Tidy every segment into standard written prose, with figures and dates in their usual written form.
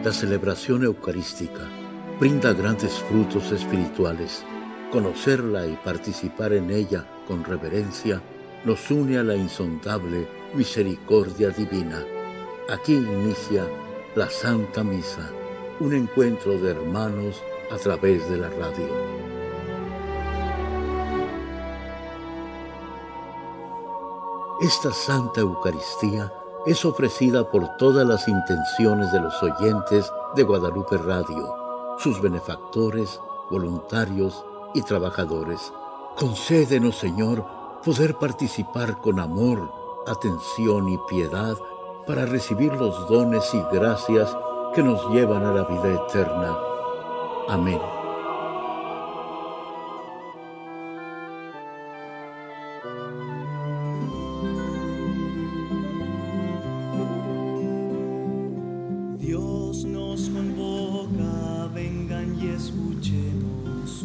La celebración eucarística brinda grandes frutos espirituales. Conocerla y participar en ella con reverencia nos une a la insondable misericordia divina. Aquí inicia la Santa Misa, un encuentro de hermanos a través de la radio. Esta Santa Eucaristía es ofrecida por todas las intenciones de los oyentes de Guadalupe Radio, sus benefactores, voluntarios y trabajadores. Concédenos, Señor, poder participar con amor, atención y piedad para recibir los dones y gracias que nos llevan a la vida eterna. Amén. Dios nos convoca, vengan y escuchemos su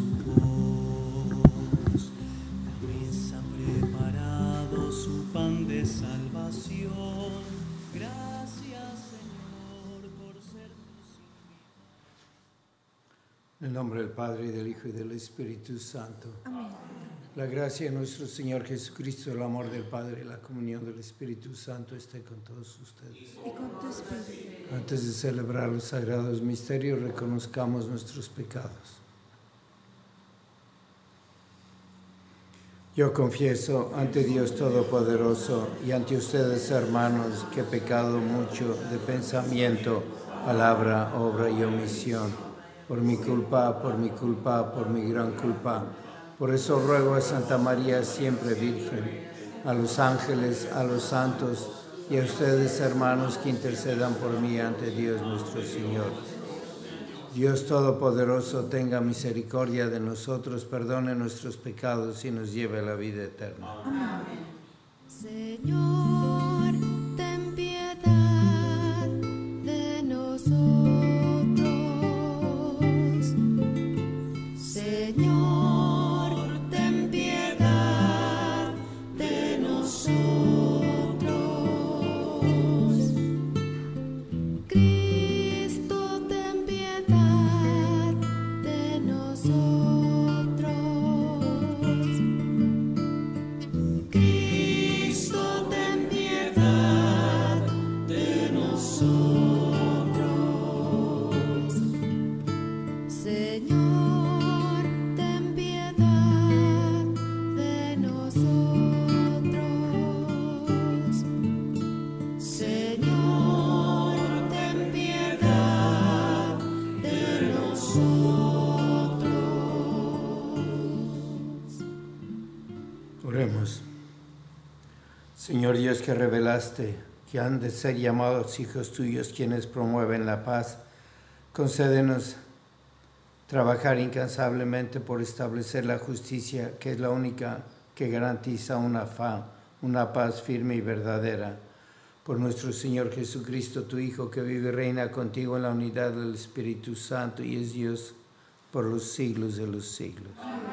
voz. La mesa preparado, su pan de salvación. Gracias, Señor, por ser tus hijos. En el nombre del Padre, y del Hijo, y del Espíritu Santo. Amén. La gracia de nuestro Señor Jesucristo, el amor del Padre y la comunión del Espíritu Santo esté con todos ustedes. Y con tu espíritu. Antes de celebrar los sagrados misterios, reconozcamos nuestros pecados. Yo confieso ante Dios Todopoderoso y ante ustedes, hermanos, que he pecado mucho de pensamiento, palabra, obra y omisión, por mi culpa, por mi gran culpa. Por eso ruego a Santa María, siempre Virgen, a los ángeles, a los santos y a ustedes, hermanos, que intercedan por mí ante Dios nuestro Señor. Dios Todopoderoso, tenga misericordia de nosotros, perdone nuestros pecados y nos lleve a la vida eterna. Amén. Señor, ten piedad de nosotros. Señor, ten piedad de nosotros. Cristo, ten piedad de nosotros. Cristo, ten piedad de nosotros. Señor, ten piedad de nosotros. Señor, ten piedad de nosotros. Oremos. Señor Dios, que revelaste que han de ser llamados hijos tuyos quienes promueven la paz, concédenos trabajar incansablemente por establecer la justicia, que es la única que garantiza una paz firme y verdadera. Por nuestro Señor Jesucristo, tu Hijo, que vive y reina contigo en la unidad del Espíritu Santo y es Dios por los siglos de los siglos.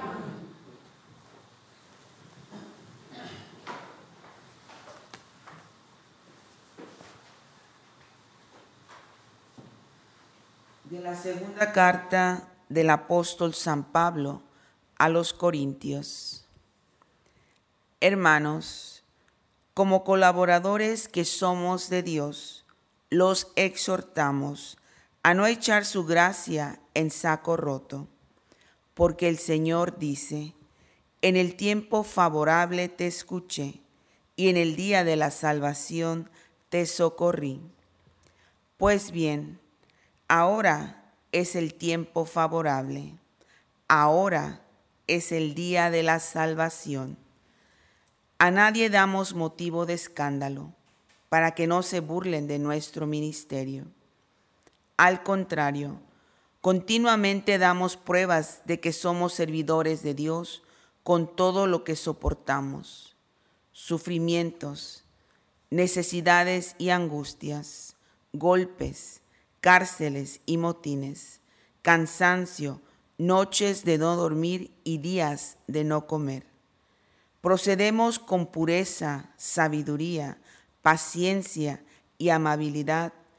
De la segunda carta del apóstol San Pablo a los Corintios. Hermanos, como colaboradores que somos de Dios, los exhortamos a no echar su gracia en saco roto, porque el Señor dice: en el tiempo favorable te escuché, y en el día de la salvación te socorrí. Pues bien, ahora es el tiempo favorable, ahora es el día de la salvación. A nadie damos motivo de escándalo, para que no se burlen de nuestro ministerio. Al contrario, continuamente damos pruebas de que somos servidores de Dios con todo lo que soportamos: sufrimientos, necesidades y angustias, golpes, cárceles y motines, cansancio, noches de no dormir y días de no comer. Procedemos con pureza, sabiduría, paciencia y amabilidad,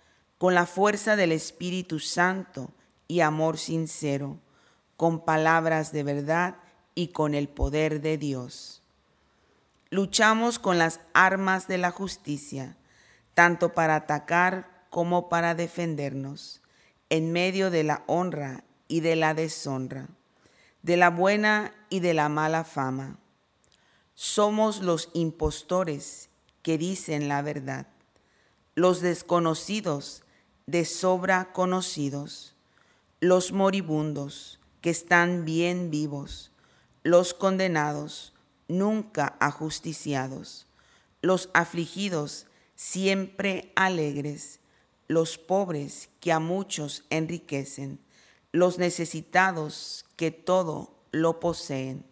con la fuerza del Espíritu Santo y amor sincero, con palabras de verdad y con el poder de Dios. Luchamos con las armas de la justicia, tanto para atacar como para defendernos, en medio de la honra y de la deshonra, de la buena y de la mala fama. Somos los impostores que dicen la verdad, los desconocidos de sobra conocidos, los moribundos que están bien vivos, los condenados nunca ajusticiados, los afligidos siempre alegres, los pobres que a muchos enriquecen, los necesitados que todo lo poseen.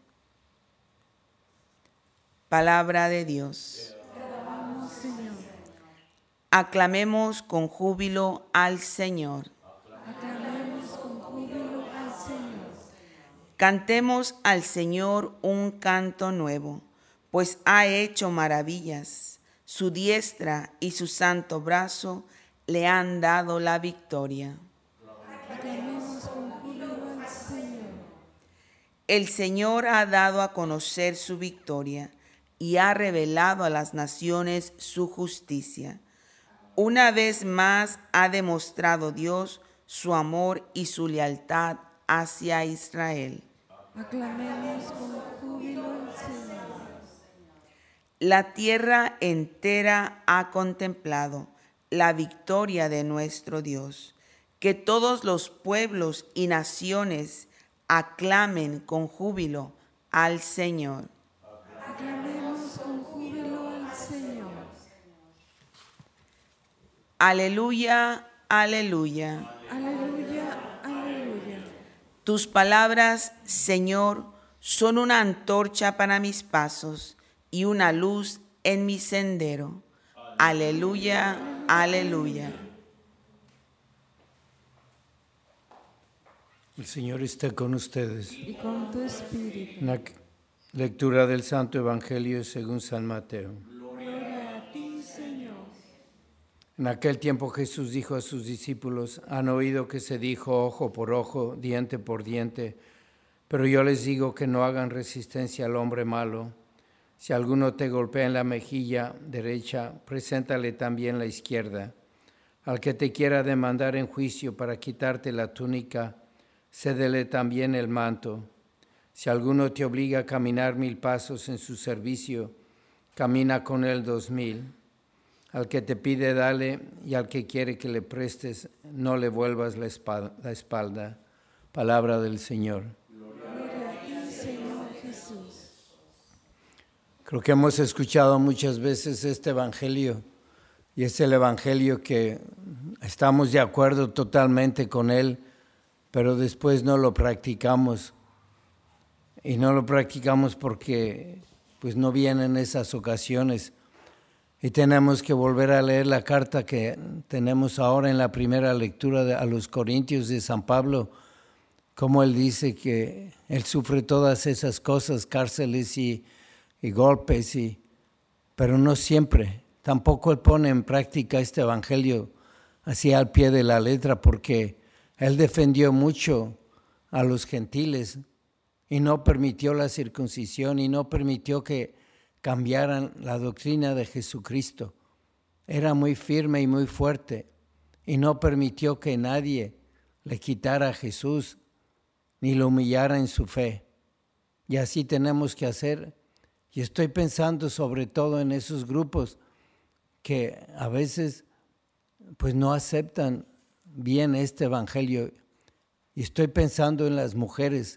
Palabra de Dios. Señor, Aclamemos con júbilo al Señor. aclamemos con júbilo al Señor. Cantemos al Señor un canto nuevo, pues ha hecho maravillas. Su diestra y su santo brazo le han dado la victoria. Aclamemos con júbilo al Señor. El Señor ha dado a conocer su victoria y ha revelado a las naciones su justicia. Una vez más ha demostrado Dios su amor y su lealtad hacia Israel. Aclamemos con júbilo al Señor. La tierra entera ha contemplado la victoria de nuestro Dios. Que todos los pueblos y naciones aclamen con júbilo al Señor. Aclamemos con júbilo al Señor. Aleluya, aleluya. Aleluya, aleluya. Tus palabras, Señor, son una antorcha para mis pasos y una luz en mi sendero. Aleluya, aleluya. El Señor esté con ustedes. Y con tu espíritu. Una lectura del Santo Evangelio según San Mateo. Gloria a ti, Señor. En aquel tiempo Jesús dijo a sus discípulos: han oído que se dijo ojo por ojo, diente por diente, pero yo les digo que no hagan resistencia al hombre malo. Si alguno te golpea en la mejilla derecha, preséntale también la izquierda. Al que te quiera demandar en juicio para quitarte la túnica, cédele también el manto. Si alguno te obliga a caminar 1000 pasos en su servicio, camina con él 2000. Al que te pide, dale, y al que quiere que le prestes, no le vuelvas la espalda. Palabra del Señor. Gloria a ti, Señor Jesús. Creo que hemos escuchado muchas veces este Evangelio, y es el Evangelio que estamos de acuerdo totalmente con él, pero después no lo practicamos. Y no lo practicamos porque pues no vienen esas ocasiones. Y tenemos que volver a leer la carta que tenemos ahora en la primera lectura a los Corintios de San Pablo, como él dice que él sufre todas esas cosas, cárceles y golpes, pero no siempre. Tampoco él pone en práctica este Evangelio así al pie de la letra, porque él defendió mucho a los gentiles y no permitió la circuncisión y no permitió que cambiaran la doctrina de Jesucristo. Era muy firme y muy fuerte y no permitió que nadie le quitara a Jesús ni lo humillara en su fe. Y así tenemos que hacer. Y estoy pensando sobre todo en esos grupos que a veces pues no aceptan bien este Evangelio. Y estoy pensando en las mujeres.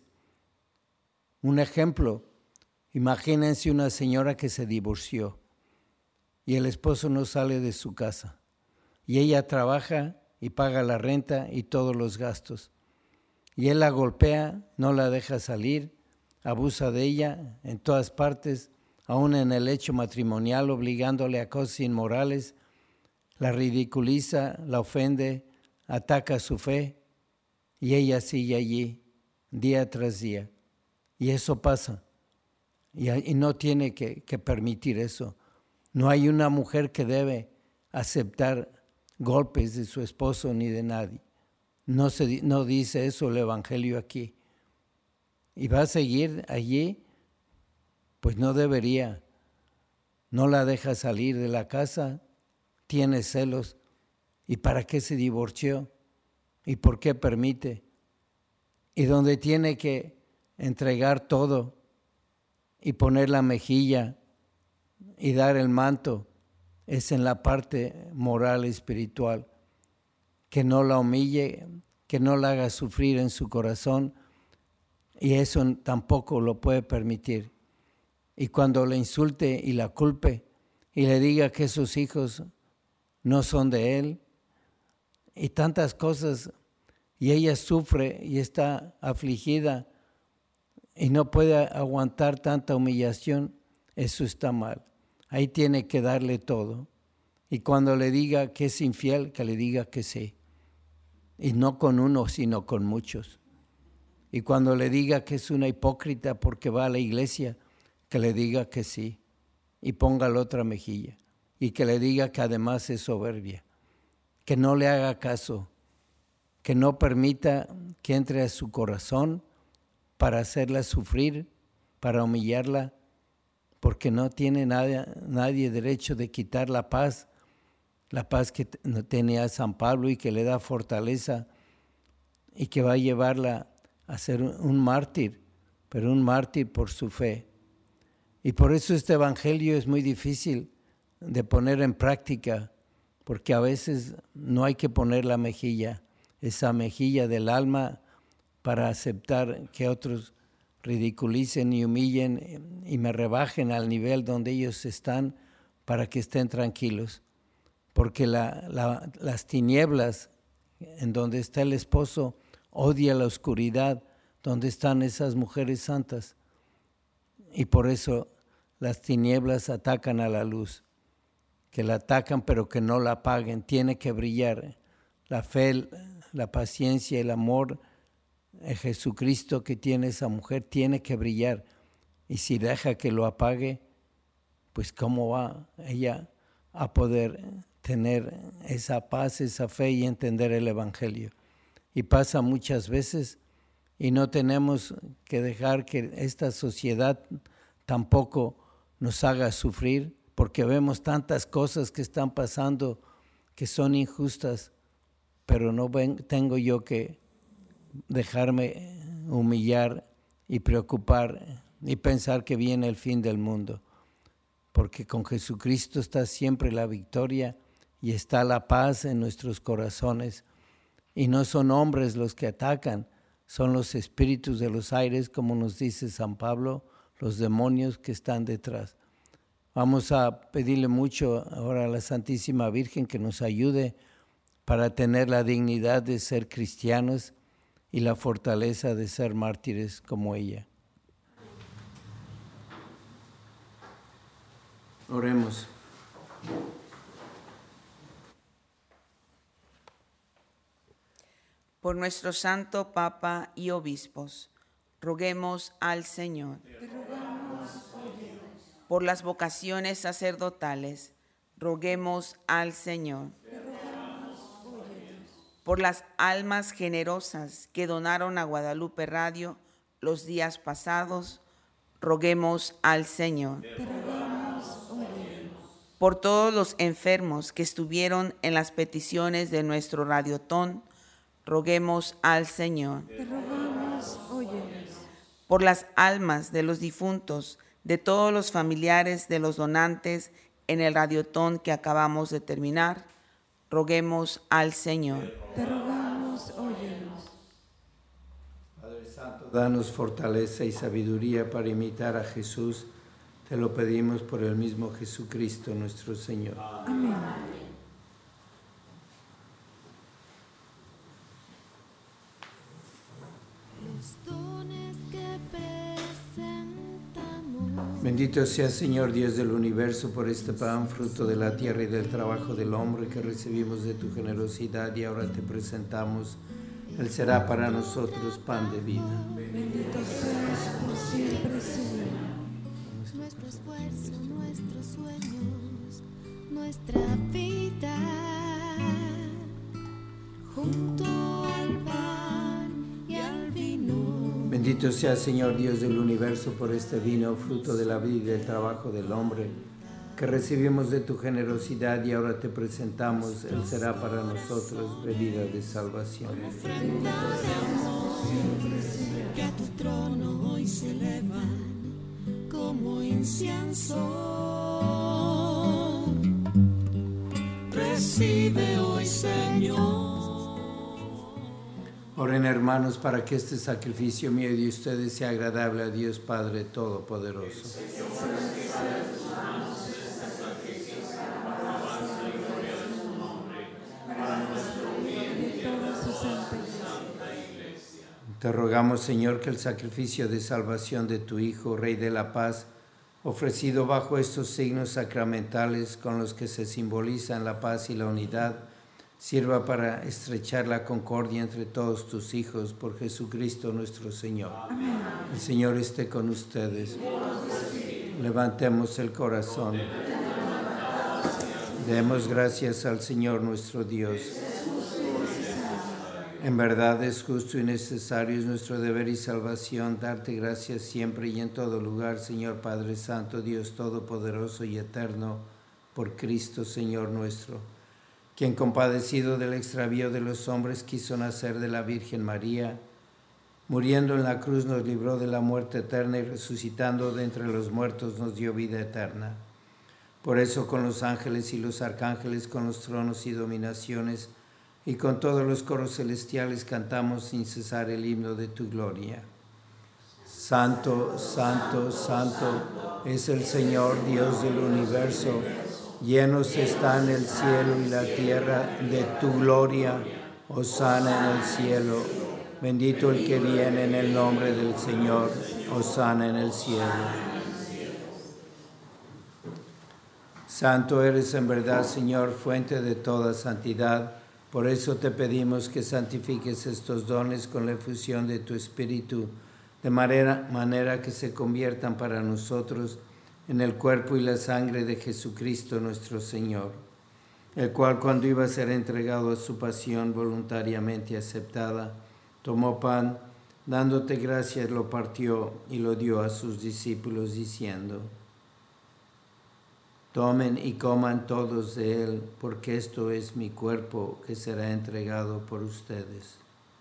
Un ejemplo, imagínense una señora que se divorció y el esposo no sale de su casa y ella trabaja y paga la renta y todos los gastos. Y él la golpea, no la deja salir, abusa de ella en todas partes, aún en el hecho matrimonial, obligándole a cosas inmorales, la ridiculiza, la ofende, ataca su fe y ella sigue allí día tras día. Y eso pasa y no tiene que permitir eso. No hay una mujer que debe aceptar golpes de su esposo ni de nadie. No dice eso el Evangelio aquí. ¿Y va a seguir allí? Pues no debería. No la deja salir de la casa, tiene celos. ¿Y para qué se divorció? ¿Y por qué permite? Y donde tiene que entregar todo y poner la mejilla y dar el manto es en la parte moral y espiritual. Que no la humille, que no la haga sufrir en su corazón, y eso tampoco lo puede permitir. Y cuando le insulte y la culpe y le diga que sus hijos no son de él y tantas cosas, y ella sufre y está afligida y no puede aguantar tanta humillación, eso está mal. Ahí tiene que darle todo. Y cuando le diga que es infiel, que le diga que sí. Y no con uno, sino con muchos. Y cuando le diga que es una hipócrita porque va a la iglesia, que le diga que sí. Y ponga la otra mejilla. Y que le diga que además es soberbia. Que no le haga caso. Que no permita que entre a su corazón para hacerla sufrir, para humillarla, porque no tiene nadie derecho de quitar la paz que tenía San Pablo y que le da fortaleza y que va a llevarla a ser un mártir, pero un mártir por su fe. Y por eso este evangelio es muy difícil de poner en práctica, porque a veces no hay que poner la mejilla, esa mejilla del alma, para aceptar que otros ridiculicen y humillen y me rebajen al nivel donde ellos están para que estén tranquilos. Porque las tinieblas en donde está el esposo odia la oscuridad donde están esas mujeres santas. Y por eso las tinieblas atacan a la luz. Que la atacan pero que no la apaguen. Tiene que brillar. La fe, la paciencia, el amor, el Jesucristo que tiene esa mujer tiene que brillar. Y si deja que lo apague, pues ¿cómo va ella a poder tener esa paz, esa fe y entender el Evangelio? Y pasa muchas veces y no tenemos que dejar que esta sociedad tampoco nos haga sufrir, porque vemos tantas cosas que están pasando que son injustas, pero no tengo yo que dejarme humillar y preocupar y pensar que viene el fin del mundo, porque con Jesucristo está siempre la victoria y está la paz en nuestros corazones. Y no son hombres los que atacan, son los espíritus de los aires, como nos dice San Pablo, los demonios que están detrás. Vamos a pedirle mucho ahora a la Santísima Virgen que nos ayude para tener la dignidad de ser cristianos y la fortaleza de ser mártires como ella. Oremos. Por nuestro Santo Papa y Obispos, roguemos al Señor. Por las vocaciones sacerdotales, roguemos al Señor. Por las almas generosas que donaron a Guadalupe Radio los días pasados, roguemos al Señor. Por todos los enfermos que estuvieron en las peticiones de nuestro radiotón, roguemos al Señor. Por las almas de los difuntos, de todos los familiares de los donantes en el radiotón que acabamos de terminar, roguemos al Señor. Padre Santo, danos fortaleza y sabiduría para imitar a Jesús. Te lo pedimos por el mismo Jesucristo nuestro Señor. Amén. Bendito sea, Señor Dios del universo, por este pan, fruto de la tierra y del trabajo del hombre que recibimos de tu generosidad y ahora te presentamos. Él será para nosotros pan de vida. Bendito seas por siempre, Señor. Nuestro esfuerzo, nuestros sueños, nuestra vida. Bendito sea, Señor Dios del universo, por este vino, fruto de la vida y del trabajo del hombre, que recibimos de tu generosidad y ahora te presentamos. Él será para nosotros bebida de salvación. Que a tu trono hoy se elevan como incienso. Recibe hoy, Señor. Oren, hermanos, para que este sacrificio mío y de ustedes sea agradable a Dios Padre Todopoderoso. Te rogamos, Señor, que el sacrificio de salvación de tu Hijo, Rey de la Paz, ofrecido bajo estos signos sacramentales con los que se simbolizan la paz y la unidad, sirva para estrechar la concordia entre todos tus hijos por Jesucristo nuestro Señor. Amén. El Señor esté con ustedes. Levantemos el corazón. Demos gracias al Señor nuestro Dios. En verdad es justo y necesario, es nuestro deber y salvación, darte gracias siempre y en todo lugar, Señor Padre Santo, Dios Todopoderoso y Eterno, por Cristo, Señor nuestro, quien compadecido del extravío de los hombres quiso nacer de la Virgen María, muriendo en la cruz nos libró de la muerte eterna y resucitando de entre los muertos nos dio vida eterna. Por eso con los ángeles y los arcángeles, con los tronos y dominaciones, y con todos los coros celestiales cantamos sin cesar el himno de tu gloria. Santo, santo, santo es el Señor Dios del universo. Llenos están el cielo y la tierra de tu gloria. Hosana en el cielo. Bendito el que viene en el nombre del Señor. Hosana en el cielo. Santo eres en verdad, Señor, fuente de toda santidad. Por eso te pedimos que santifiques estos dones con la efusión de tu Espíritu, de manera que se conviertan para nosotros en el cuerpo y la sangre de Jesucristo nuestro Señor, el cual cuando iba a ser entregado a su pasión voluntariamente aceptada, tomó pan, dándote gracias lo partió y lo dio a sus discípulos diciendo: tomen y coman todos de él, porque esto es mi cuerpo que será entregado por ustedes.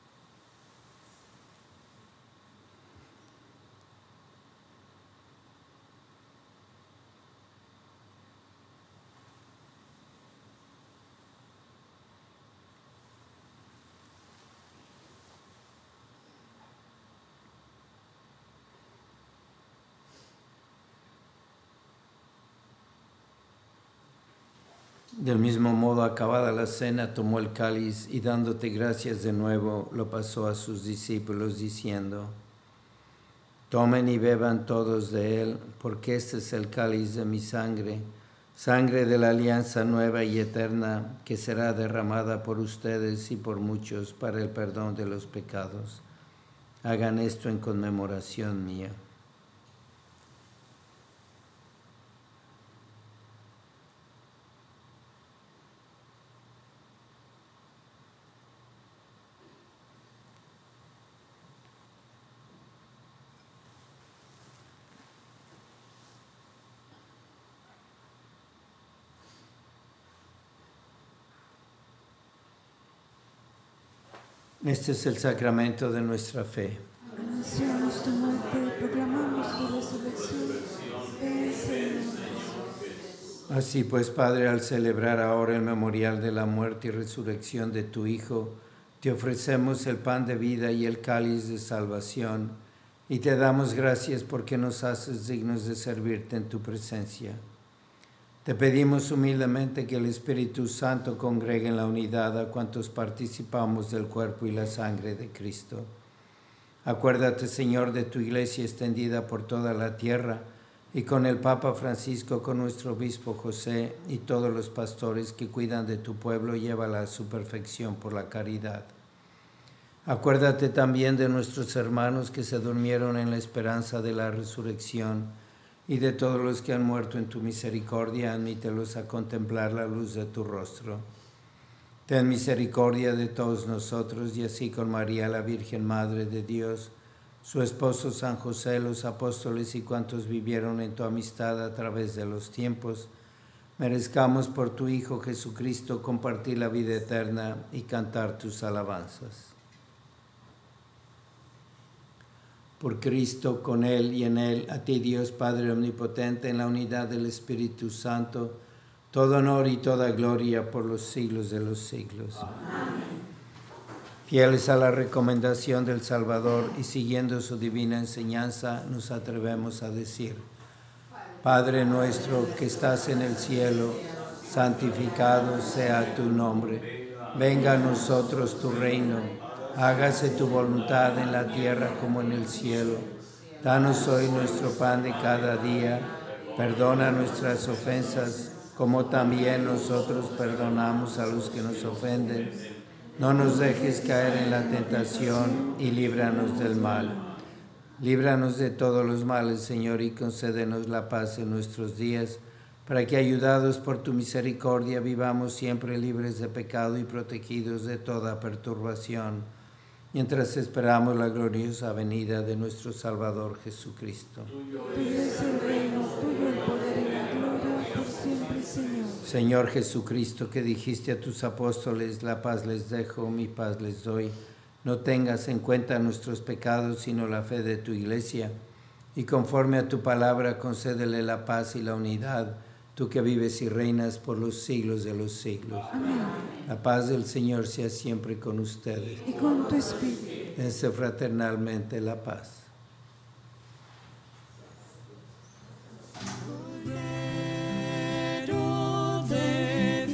Del mismo modo, acabada la cena, tomó el cáliz y dándote gracias de nuevo, lo pasó a sus discípulos diciendo: tomen y beban todos de él, porque este es el cáliz de mi sangre, sangre de la alianza nueva y eterna, que será derramada por ustedes y por muchos para el perdón de los pecados. Hagan esto en conmemoración mía. Este es el sacramento de nuestra fe. Anunciamos tu muerte y proclamamos tu resurrección. Ven, Señor Jesús. Así pues, Padre, al celebrar ahora el memorial de la muerte y resurrección de tu Hijo, te ofrecemos el pan de vida y el cáliz de salvación, y te damos gracias porque nos haces dignos de servirte en tu presencia. Te pedimos humildemente que el Espíritu Santo congregue en la unidad a cuantos participamos del cuerpo y la sangre de Cristo. Acuérdate, Señor, de tu iglesia extendida por toda la tierra, y con el Papa Francisco, con nuestro obispo José y todos los pastores que cuidan de tu pueblo, llévala a su perfección por la caridad. Acuérdate también de nuestros hermanos que se durmieron en la esperanza de la resurrección, y de todos los que han muerto en tu misericordia, admítelos a contemplar la luz de tu rostro. Ten misericordia de todos nosotros, y así con María, la Virgen Madre de Dios, su esposo San José, los apóstoles y cuantos vivieron en tu amistad a través de los tiempos, merezcamos por tu Hijo Jesucristo compartir la vida eterna y cantar tus alabanzas. Por Cristo, con Él y en Él, a ti Dios Padre Omnipotente, en la unidad del Espíritu Santo, todo honor y toda gloria por los siglos de los siglos. Amén. Fieles a la recomendación del Salvador y siguiendo su divina enseñanza, nos atrevemos a decir: Padre nuestro que estás en el cielo, santificado sea tu nombre. Venga a nosotros tu reino. Hágase tu voluntad en la tierra como en el cielo. Danos hoy nuestro pan de cada día. Perdona nuestras ofensas, como también nosotros perdonamos a los que nos ofenden. No nos dejes caer en la tentación y líbranos del mal. Líbranos de todos los males, Señor, y concédenos la paz en nuestros días, para que, ayudados por tu misericordia, vivamos siempre libres de pecado y protegidos de toda perturbación, mientras esperamos la gloriosa venida de nuestro Salvador Jesucristo. Tuyo es el reino, tuyo el poder y la gloria por siempre, Señor. Señor Jesucristo, que dijiste a tus apóstoles: la paz les dejo, mi paz les doy. No tengas en cuenta nuestros pecados, sino la fe de tu Iglesia. Y conforme a tu palabra, concédele la paz y la unidad, tú que vives y reinas por los siglos de los siglos. Amén. La paz del Señor sea siempre con ustedes. Y con tu espíritu. Dense fraternalmente la paz. De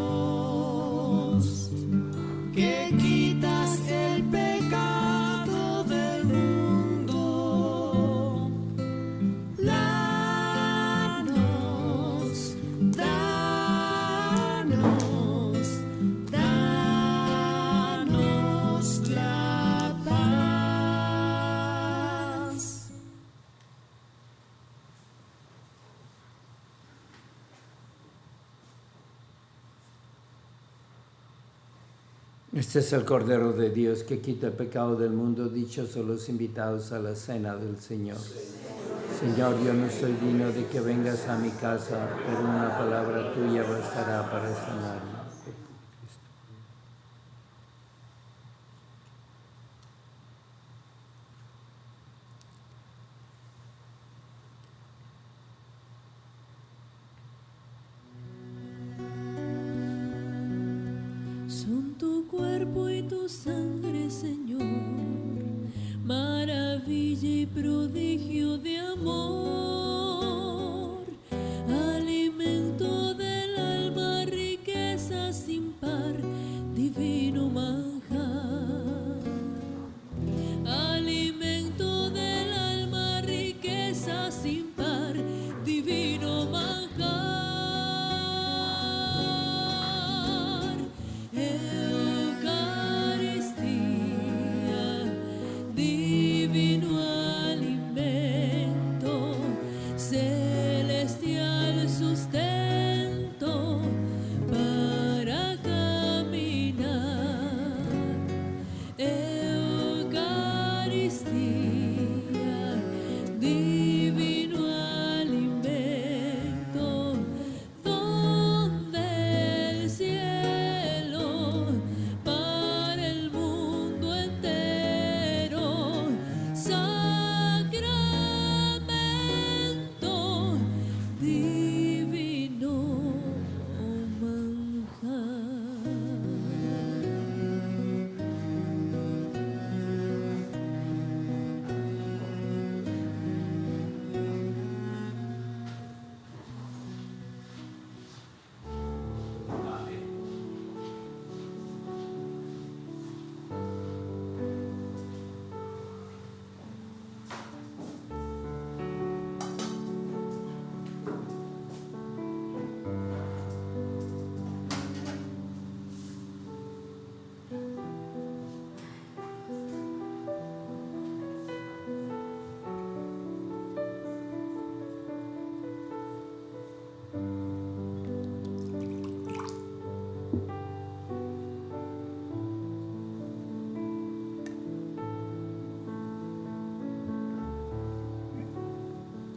Dios, que quitas el pecado del mundo, danos la paz. Este es el Cordero de Dios que quita el pecado del mundo. Dichosos los invitados a la cena del Señor. Señor, yo no soy digno de que vengas a mi casa, pero una palabra tuya bastará para sanarme. Son tu cuerpo y tu sangre, Señor, maravilla y prodigio de amor, alimento del alma, riqueza sin par, divino manjar. Alimento del alma, riqueza sin par, divino manjar. Eucaristía, divino alimento,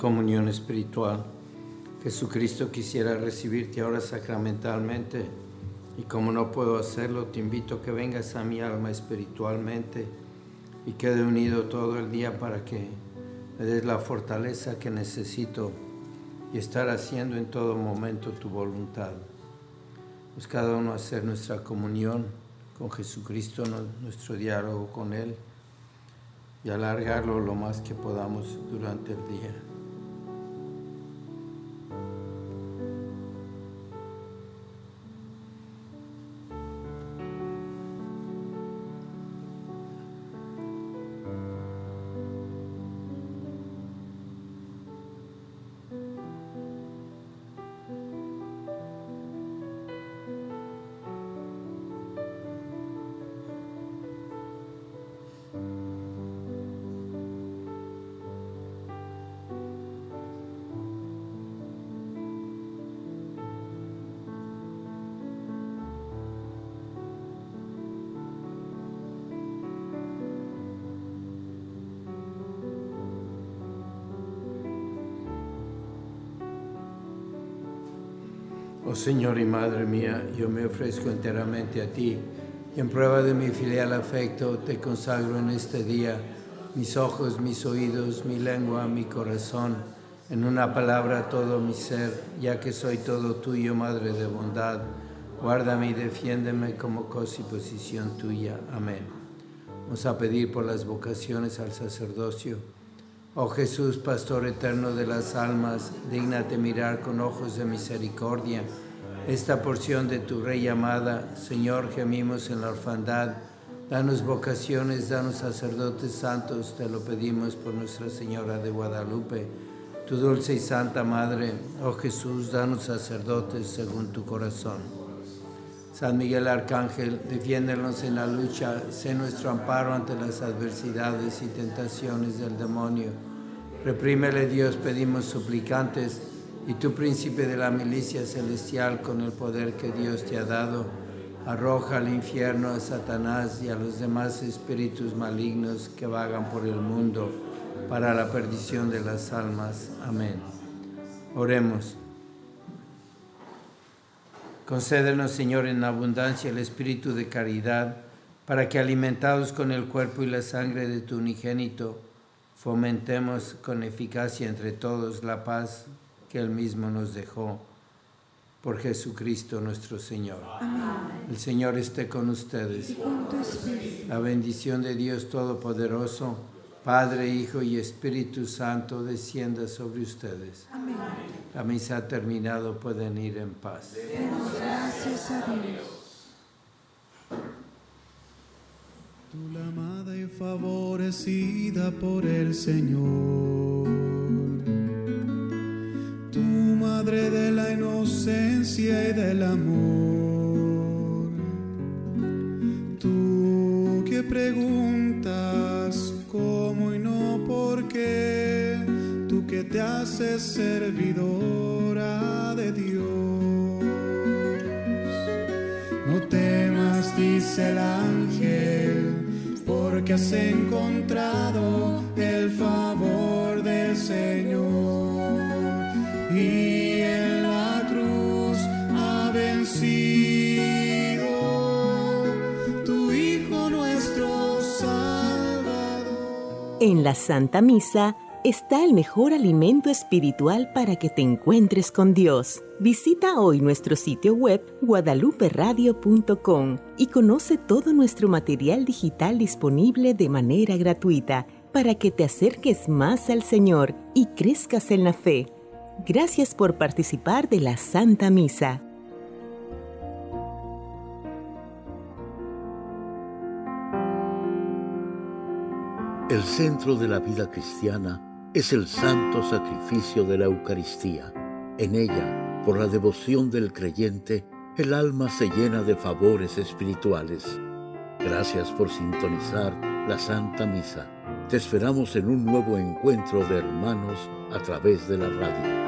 comunión espiritual. Jesucristo, quisiera recibirte ahora sacramentalmente, y como no puedo hacerlo, te invito a que vengas a mi alma espiritualmente y quede unido todo el día para que me des la fortaleza que necesito y estar haciendo en todo momento tu voluntad. Pues cada uno hacer nuestra comunión con Jesucristo, nuestro diálogo con Él, y alargarlo lo más que podamos durante el día. Oh Señor y Madre mía, yo me ofrezco enteramente a ti y en prueba de mi filial afecto te consagro en este día mis ojos, mis oídos, mi lengua, mi corazón, en una palabra todo mi ser, ya que soy todo tuyo, Madre de bondad. Guárdame y defiéndeme como cosa y posición tuya. Amén. Vamos a pedir por las vocaciones al sacerdocio. Oh Jesús, Pastor eterno de las almas, dígnate mirar con ojos de misericordia esta porción de tu Rey amada. Señor, gemimos en la orfandad. Danos vocaciones, danos sacerdotes santos, te lo pedimos por Nuestra Señora de Guadalupe, tu dulce y santa Madre. Oh Jesús, danos sacerdotes según tu corazón. San Miguel Arcángel, defiéndenos en la lucha, sé nuestro amparo ante las adversidades y tentaciones del demonio. Reprímele, Dios, pedimos suplicantes, y tú, príncipe de la milicia celestial, con el poder que Dios te ha dado, arroja al infierno a Satanás y a los demás espíritus malignos que vagan por el mundo para la perdición de las almas. Amén. Oremos. Concédenos, Señor, en abundancia el espíritu de caridad, para que, alimentados con el cuerpo y la sangre de tu unigénito, fomentemos con eficacia entre todos la paz que Él mismo nos dejó. Por Jesucristo nuestro Señor. Amén. El Señor esté con ustedes. Y con tu espíritu. La bendición de Dios Todopoderoso, Padre, Hijo y Espíritu Santo, descienda sobre ustedes. Amén. La misa ha terminado, pueden ir en paz. Demos gracias a Dios. Tú la amada y favorecida por el Señor, tú madre de la inocencia y del amor, tú que preguntas cómo y no por qué, tú que te haces servidora de Dios. No temas, dice el ángel, porque has encontrado el favor del Señor, y en la cruz ha vencido tu Hijo nuestro Salvador. En la Santa Misa está el mejor alimento espiritual para que te encuentres con Dios. Visita hoy nuestro sitio web guadaluperadio.com y conoce todo nuestro material digital disponible de manera gratuita para que te acerques más al Señor y crezcas en la fe. Gracias por participar de la Santa Misa. El centro de la vida cristiana es el santo sacrificio de la Eucaristía. En ella, por la devoción del creyente, el alma se llena de favores espirituales. Gracias por sintonizar la Santa Misa. Te esperamos en un nuevo encuentro de hermanos a través de la radio.